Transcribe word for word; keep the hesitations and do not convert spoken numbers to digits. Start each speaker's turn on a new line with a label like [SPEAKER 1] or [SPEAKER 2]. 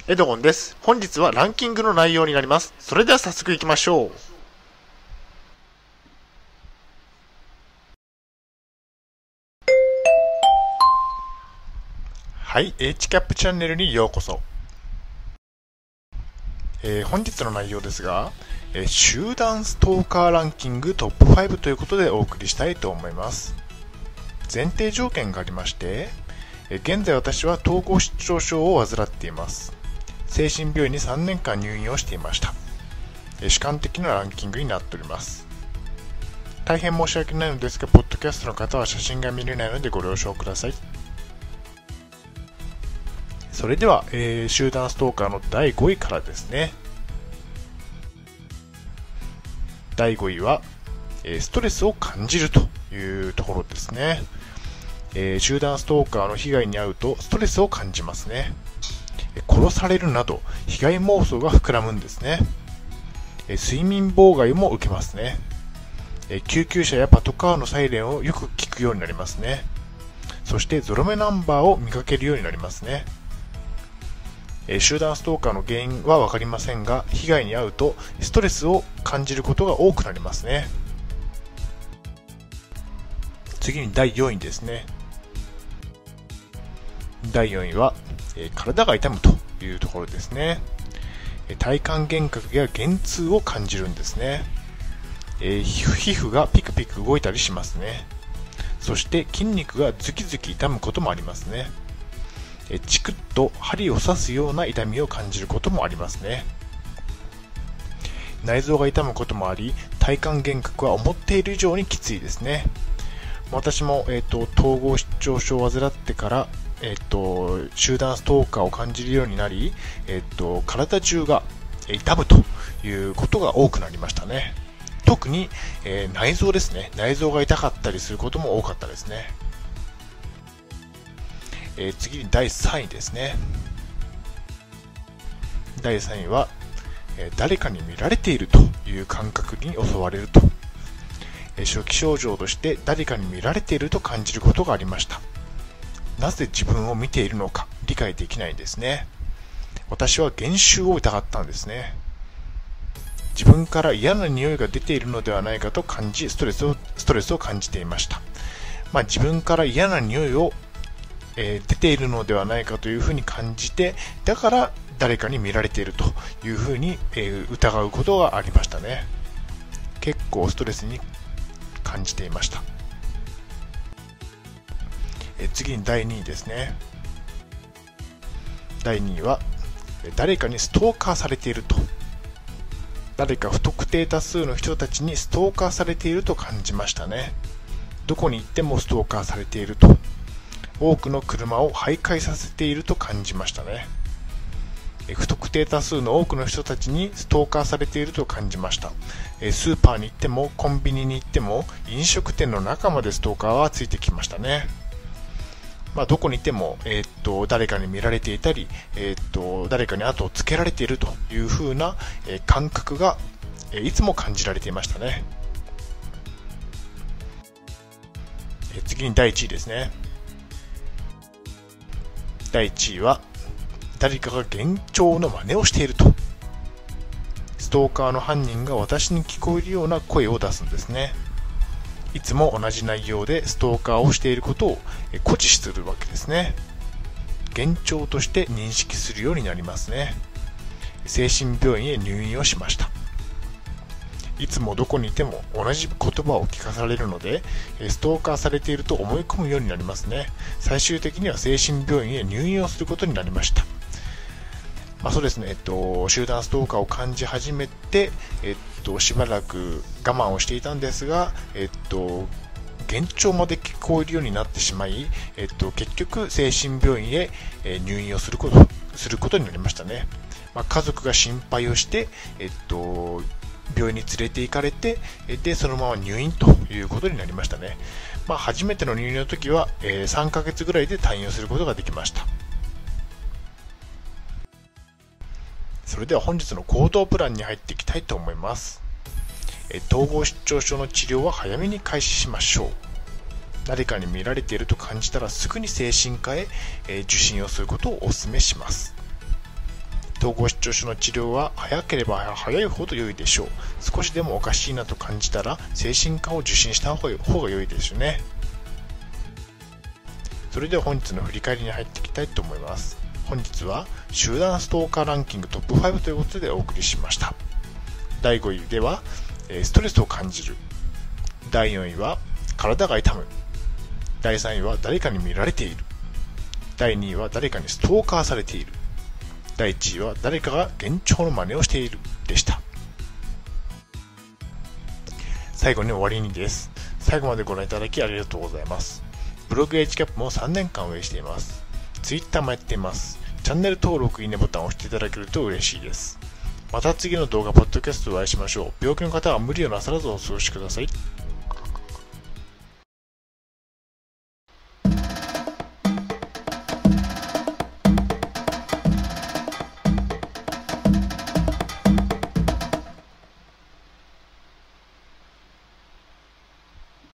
[SPEAKER 1] エドゴンです。本日はランキングの内容になります。それでは早速いきましょう。はい、H キャップチャンネルにようこそ。えー、本日の内容ですが、えー、集団ストーカーランキングトップファイブということでお送りしたいと思います。前提条件がありまして、えー、現在私は統合失調症を患っています。精神病院にさんねんかん入院をしていました。えー、主観的なランキングになっております。大変申し訳ないのですが、ポッドキャストの方は写真が見れないのでご了承ください。それでは、えー、集団ストーカーのだいごいからですね。だいごいは、えー、ストレスを感じるというところですね。えー、集団ストーカーの被害に遭うとストレスを感じますね。えー、殺されるなど被害妄想が膨らむんですね。えー、睡眠妨害も受けますね。えー、救急車やパトカーのサイレンをよく聞くようになりますね。そしてゾロ目ナンバーを見かけるようになりますね。えー、集団ストーカーの原因は分かりませんが、被害に遭うとストレスを感じることが多くなりますね。次にだいよんいですね。だいよんいは、えー、体が痛むというところですね。えー、体幹幻覚や幻痛を感じるんですね。えー、皮膚がピクピク動いたりしますね。そして筋肉がズキズキ痛むこともありますね。チクッと針を刺すような痛みを感じることもありますね。内臓が痛むこともあり、体幹幻覚は思っている以上にきついですね。私も、えーと、統合失調症を患ってから、えーと、集団ストーカーを感じるようになり、えーと、体中が痛むということが多くなりましたね。特に、えー、内臓ですね。内臓が痛かったりすることも多かったですね。えー、次にだいさんいですね。だいさんいは、えー、誰かに見られているという感覚に襲われると、えー、初期症状として誰かに見られていると感じることがありました。なぜ自分を見ているのか理解できないですね。私は幻臭を疑ったんですね。自分から嫌な匂いが出ているのではないかと感じ、ストレスをストレスを感じていました。まあ、自分から嫌な匂いをえー、出ているのではないかというふうに感じて、だから誰かに見られているというふうに、えー、疑うことがありましたね。結構ストレスに感じていました。えー、次にだいにいですね。だいにいは誰かにストーカーされていると、誰か不特定多数の人たちにストーカーされていると感じましたね。どこに行ってもストーカーされていると、多くの車を徘徊させていると感じましたね。不特定多数の多くの人たちにストーカーされていると感じました。スーパーに行ってもコンビニに行っても飲食店の中までストーカーはついてきましたね。まあ、どこにいても、えー、っと誰かに見られていたり、えー、っと誰かに後をつけられているという風な、えー、感覚が、えー、いつも感じられていましたね。えー、次にだいいちいですね。だいいちいは誰かが幻聴の真似をしていると、ストーカーの犯人が私に聞こえるような声を出すんですね。いつも同じ内容でストーカーをしていることを誇示するわけですね。幻聴として認識するようになりますね。精神病院へ入院をしました。いつもどこにいても同じ言葉を聞かされるので、ストーカーされていると思い込むようになりますね。最終的には精神病院へ入院をすることになりました。まあ、そうですね、えっと、集団ストーカーを感じ始めて、えっと、しばらく我慢をしていたんですが、えっと、幻聴まで聞こえるようになってしまい、えっと、結局精神病院へ入院をすること、することになりましたね。まあ、家族が心配をして、えっと、病院に連れて行かれて、でそのまま入院ということになりましたね。まあ、初めての入院の時は、えー、さんかげつぐらいで退院をすることができました。それでは本日の行動プランに入っていきたいと思います。えー、統合失調症の治療は早めに開始しましょう。誰かに見られていると感じたらすぐに精神科へ、えー、受診をすることをお勧めします。 統合失調症の治療は早ければ早いほど良いでしょう。少しでもおかしいなと感じたら精神科を受診した方が良いですよね。それでは本日の振り返りに入っていきたいと思います。本日は集団ストーカーランキングトップファイブということでお送りしました。だいごいではストレスを感じる。だいよんいは体が痛む。だいさんいは誰かに見られている。だいにいは誰かにストーカーされている。だいいちいは誰かが幻聴の真似をしているでした。最後に終わりにです。最後までご覧いただきありがとうございます。ブログ エイチキャップ もさんねんかん運営しています。Twitter もやっています。チャンネル登録、いいねボタンを押していただけると嬉しいです。また次の動画、ポッドキャストでお会いしましょう。病気の方は無理をなさらずお過ごしください。